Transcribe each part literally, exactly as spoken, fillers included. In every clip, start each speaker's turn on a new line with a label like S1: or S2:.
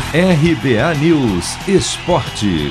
S1: R B A News Esporte.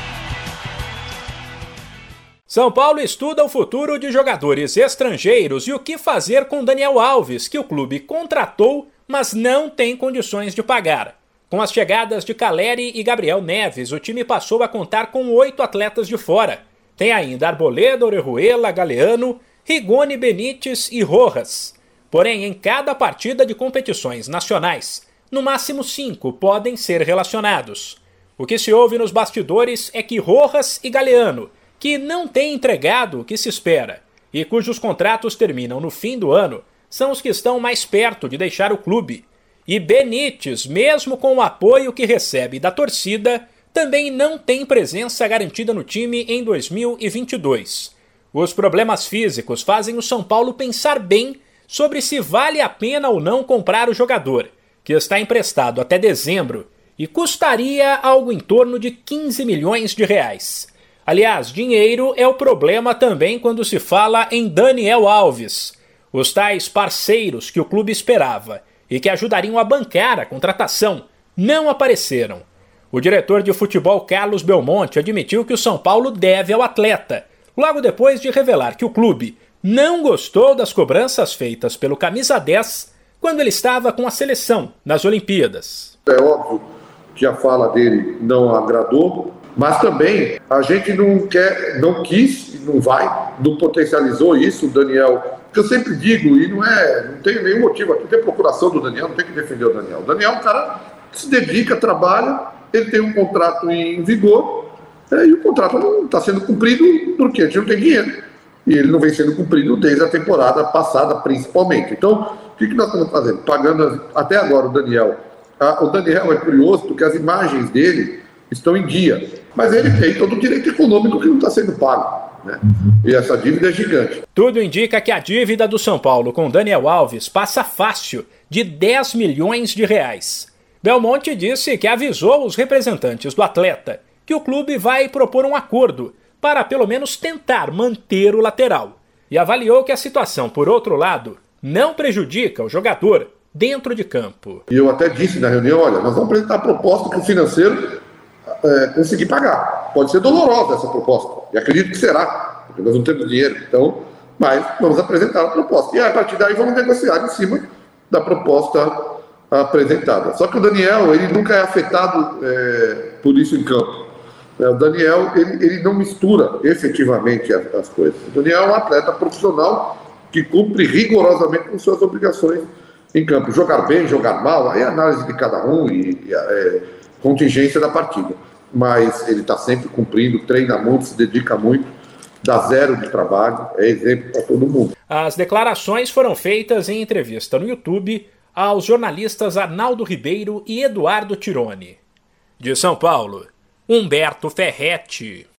S2: São Paulo estuda o futuro de jogadores estrangeiros e o que fazer com Daniel Alves, que o clube contratou, mas não tem condições de pagar. Com as chegadas de Caleri e Gabriel Neves, o time passou a contar com oito atletas de fora. Tem ainda Arboleda, Orejuela, Galeano, Rigoni, Benítez e Rojas. Porém, em cada partida de competições nacionais, no máximo cinco podem ser relacionados. O que se ouve nos bastidores é que Rojas e Galeano, que não têm entregado o que se espera e cujos contratos terminam no fim do ano, são os que estão mais perto de deixar o clube. E Benítez, mesmo com o apoio que recebe da torcida, também não tem presença garantida no time em dois mil e vinte e dois. Os problemas físicos fazem o São Paulo pensar bem sobre se vale a pena ou não comprar o jogador, que está emprestado até dezembro e custaria algo em torno de quinze milhões de reais. Aliás, dinheiro é o problema também quando se fala em Daniel Alves. Os tais parceiros que o clube esperava e que ajudariam a bancar a contratação não apareceram. O diretor de futebol Carlos Belmonte admitiu que o São Paulo deve ao atleta, logo depois de revelar que o clube não gostou das cobranças feitas pelo camisa dez quando ele estava com a seleção nas Olimpíadas.
S3: É óbvio que a fala dele não agradou, mas também a gente não quer, não quis e não vai, não potencializou isso, o Daniel. Que eu sempre digo, e não é, não tem nenhum motivo aqui, tem procuração do Daniel, não tem que defender o Daniel. O Daniel é um cara que se dedica, trabalha, ele tem um contrato em vigor, é, e o contrato não está sendo cumprido porque a gente não tem dinheiro. E ele não vem sendo cumprido desde a temporada passada, principalmente. Então, o que, que nós estamos fazendo? Pagando até agora o Daniel. Ah, o Daniel é curioso porque as imagens dele estão em dia, mas ele tem todo o direito econômico que não está sendo pago. Né? E essa dívida é gigante.
S2: Tudo indica que a dívida do São Paulo com Daniel Alves passa fácil de dez milhões de reais. Belmonte disse que avisou os representantes do atleta que o clube vai propor um acordo para pelo menos tentar manter o lateral. E avaliou que a situação, por outro lado, não prejudica o jogador dentro de campo.
S3: E eu até disse na reunião, olha, nós vamos apresentar a proposta que o financeiro é, conseguir pagar. Pode ser dolorosa essa proposta, e acredito que será, porque nós não temos dinheiro, então, mas vamos apresentar a proposta. E a partir daí vamos negociar em cima da proposta apresentada. Só que o Daniel, ele nunca é afetado é, por isso em campo. O Daniel, ele, ele não mistura efetivamente as, as coisas. O Daniel é um atleta profissional que cumpre rigorosamente com suas obrigações em campo. Jogar bem, jogar mal, aí é análise de cada um e, e é, contingência da partida. Mas ele está sempre cumprindo, treina muito, se dedica muito, dá zero de trabalho, é exemplo para todo mundo.
S2: As declarações foram feitas em entrevista no YouTube aos jornalistas Arnaldo Ribeiro e Eduardo Tironi. De São Paulo, Humberto Ferretti.